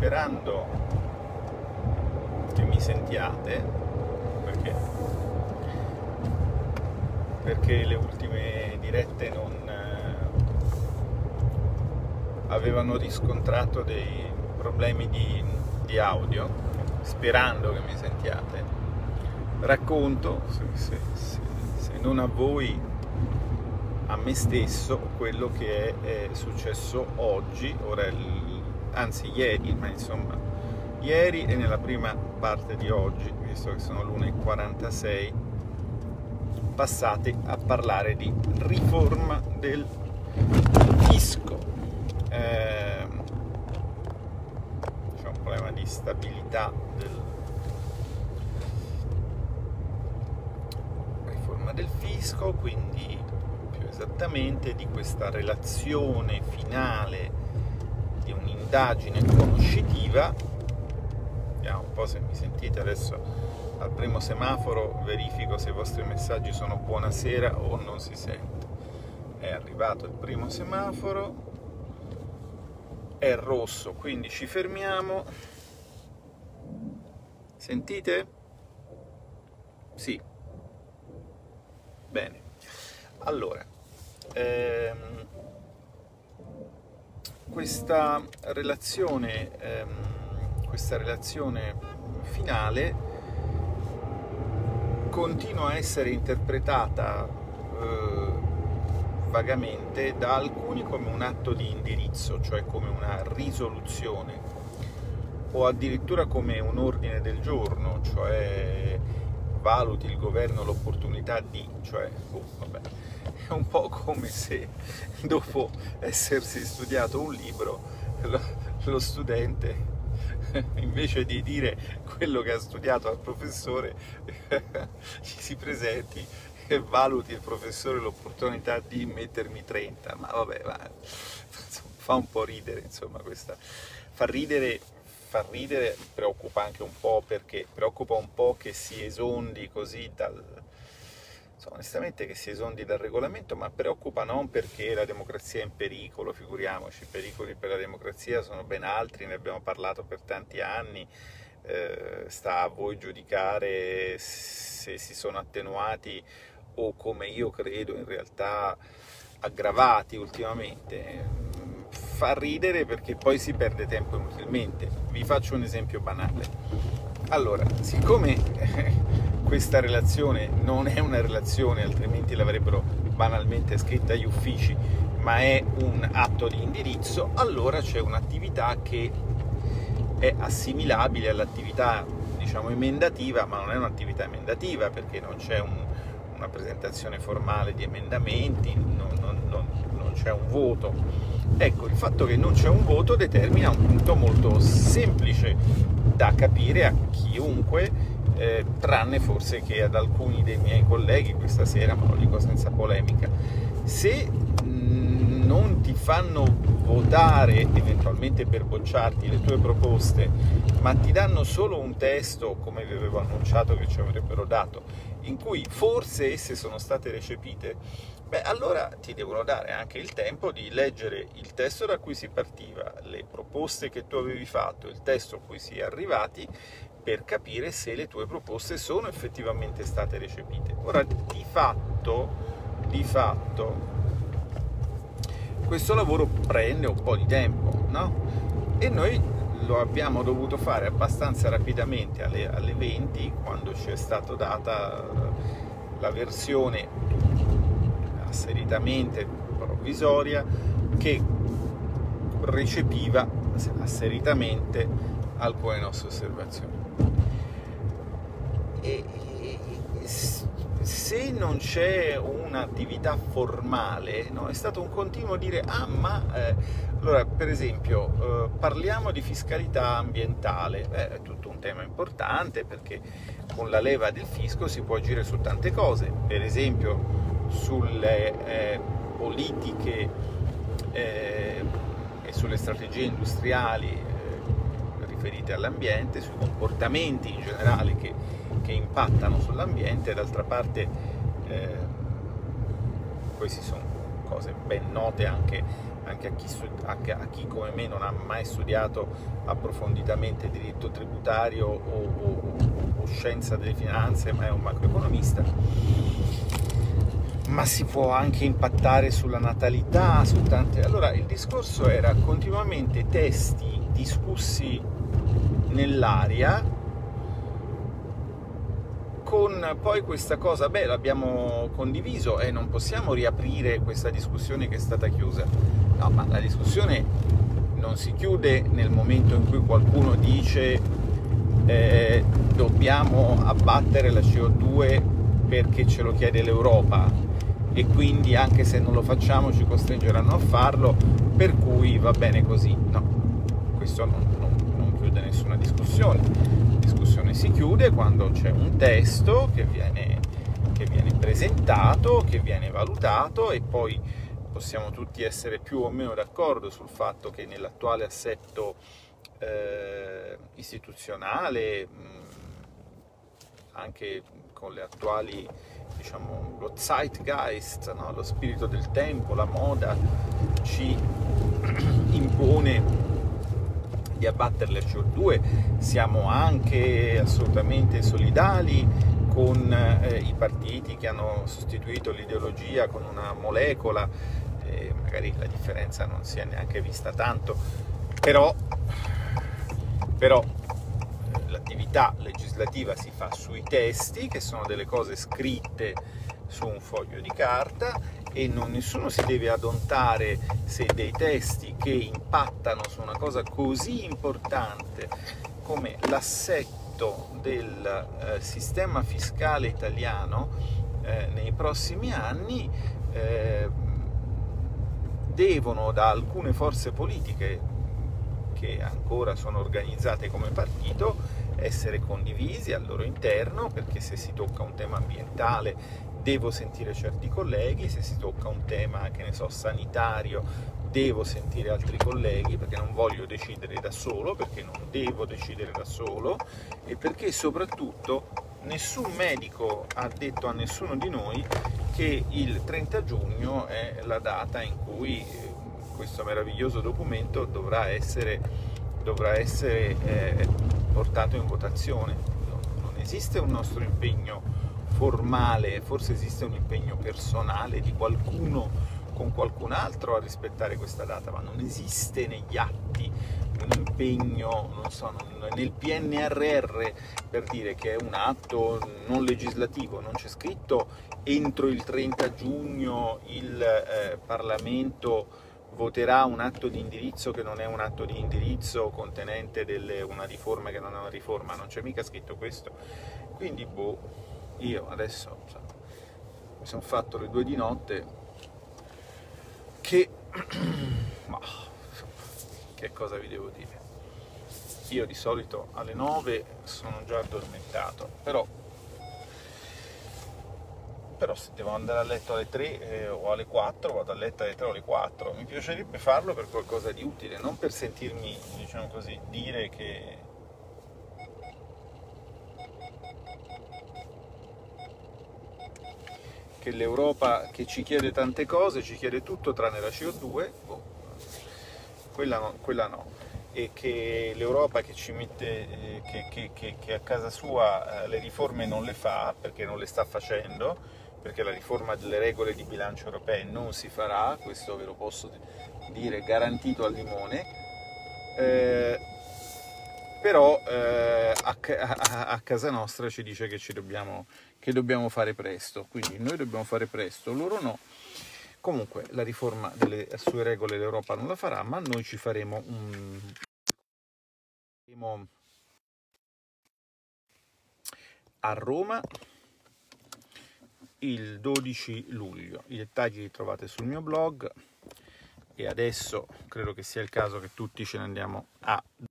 sperando che mi sentiate, perché le ultime dirette non avevano riscontrato dei problemi di audio, sperando che mi sentiate, racconto, se non a voi, a me stesso, quello che è successo oggi, anzi ieri, ma insomma ieri e nella prima parte di oggi, visto che sono l'1:46, passate a parlare di riforma del fisco. C'è un problema di stabilità riforma del fisco, quindi più esattamente di questa relazione finale di un'indagine conoscitiva. Vediamo un po' se mi sentite adesso. Al primo semaforo verifico se i vostri messaggi sono buonasera o non si sente. È arrivato il primo semaforo, è rosso, quindi ci fermiamo. Sentite? Sì. Bene. Allora, questa relazione finale continua a essere interpretata vagamente da alcuni come un atto di indirizzo, cioè come una risoluzione, o addirittura come un ordine del giorno, cioè valuti il governo l'opportunità di, cioè, vabbè, è un po' come se dopo essersi studiato un libro lo studente, invece di dire quello che ha studiato al professore, ci si presenti e valuti il professore l'opportunità di mettermi 30, ma vabbè, insomma, fa un po' ridere, insomma, questa fa ridere, preoccupa anche un po', perché preoccupa un po' che si esondi così onestamente che si esondi dal regolamento, ma preoccupa non perché la democrazia è in pericolo, figuriamoci, i pericoli per la democrazia sono ben altri, ne abbiamo parlato per tanti anni, sta a voi giudicare se si sono attenuati o, come io credo, in realtà aggravati ultimamente. Fa ridere perché poi si perde tempo inutilmente. Vi faccio un esempio banale. Allora, siccome questa relazione non è una relazione, altrimenti l'avrebbero banalmente scritta agli uffici, ma è un atto di indirizzo, allora c'è un'attività che è assimilabile all'attività, diciamo, emendativa, ma non è un'attività emendativa perché non c'è una presentazione formale di emendamenti, non c'è un voto. Ecco, il fatto che non c'è un voto determina un punto molto semplice da capire a chiunque, tranne forse che ad alcuni dei miei colleghi questa sera, ma lo dico senza polemica. Se non ti fanno votare, eventualmente per bocciarti, le tue proposte, ma ti danno solo un testo, come vi avevo annunciato che ci avrebbero dato, in cui forse esse sono state recepite, beh, allora ti devono dare anche il tempo di leggere il testo da cui si partiva, le proposte che tu avevi fatto, il testo a cui si è arrivati, per capire se le tue proposte sono effettivamente state recepite. Ora, di fatto, questo lavoro prende un po' di tempo, no? E noi lo abbiamo dovuto fare abbastanza rapidamente alle 20, quando ci è stata data la versione asseritamente provvisoria che recepiva asseritamente alcune nostre osservazioni. E se non c'è un'attività formale, no, è stato un continuo dire allora, per esempio, parliamo di fiscalità ambientale, è tutto un tema importante perché con la leva del fisco si può agire su tante cose, per esempio sulle politiche e sulle strategie industriali riferite all'ambiente, sui comportamenti in generale che impattano sull'ambiente. D'altra parte queste sono cose ben note anche anche a chi come me non ha mai studiato approfonditamente diritto tributario o scienza delle finanze, ma è un macroeconomista. Ma si può anche impattare sulla natalità, su tante... Allora, il discorso era continuamente testi discussi nell'aria, con poi questa cosa, beh, l'abbiamo condiviso e non possiamo riaprire questa discussione che è stata chiusa. No, ma la discussione non si chiude nel momento in cui qualcuno dice dobbiamo abbattere la CO2 perché ce lo chiede l'Europa e quindi anche se non lo facciamo ci costringeranno a farlo, per cui va bene così. No, questo non chiude nessuna discussione. La discussione si chiude quando c'è un testo che viene presentato, che viene valutato, e poi possiamo tutti essere più o meno d'accordo sul fatto che nell'attuale assetto istituzionale, anche con le attuali, diciamo, lo zeitgeist, no? Lo spirito del tempo, la moda ci impone di abbattere la CO2, siamo anche assolutamente solidali con i partiti che hanno sostituito l'ideologia con una molecola, magari la differenza non si è neanche vista tanto, però l'attività legislativa si fa sui testi, che sono delle cose scritte su un foglio di carta, e nessuno si deve adontare se dei testi che impattano su una cosa così importante come l'assetto del sistema fiscale italiano nei prossimi anni devono, da alcune forze politiche che ancora sono organizzate come partito, essere condivisi al loro interno, perché se si tocca un tema ambientale devo sentire certi colleghi, se si tocca un tema, che ne so, sanitario, devo sentire altri colleghi, perché non voglio decidere da solo, perché non devo decidere da solo, e perché soprattutto nessun medico ha detto a nessuno di noi che il 30 giugno è la data in cui questo meraviglioso documento dovrà essere portato in votazione. Non esiste un nostro impegno formale, forse esiste un impegno personale di qualcuno con qualcun altro a rispettare questa data, ma non esiste negli atti un impegno, non so, nel PNRR, per dire che è un atto non legislativo, non c'è scritto entro il 30 giugno il Parlamento voterà un atto di indirizzo che non è un atto di indirizzo contenente una riforma che non è una riforma, non c'è mica scritto questo. Quindi io adesso mi sono fatto le 2 di notte che ma che cosa vi devo dire? Io di solito alle 9 sono già addormentato, però se devo andare a letto alle 3 o alle 4, vado a letto alle 3 o alle 4. Mi piacerebbe farlo per qualcosa di utile, non per sentirmi, diciamo così, dire che l'Europa, che ci chiede tante cose, ci chiede tutto tranne la CO2, quella no. E che l'Europa che ci mette, che a casa sua le riforme non le fa, perché non le sta facendo, perché la riforma delle regole di bilancio europee non si farà, questo ve lo posso dire garantito al limone, però a casa nostra ci dice che dobbiamo fare presto, quindi noi dobbiamo fare presto, loro no. Comunque la riforma delle sue regole l'Europa non la farà, ma noi ci faremo a Roma il 12 luglio. I dettagli li trovate sul mio blog e adesso credo che sia il caso che tutti ce ne andiamo a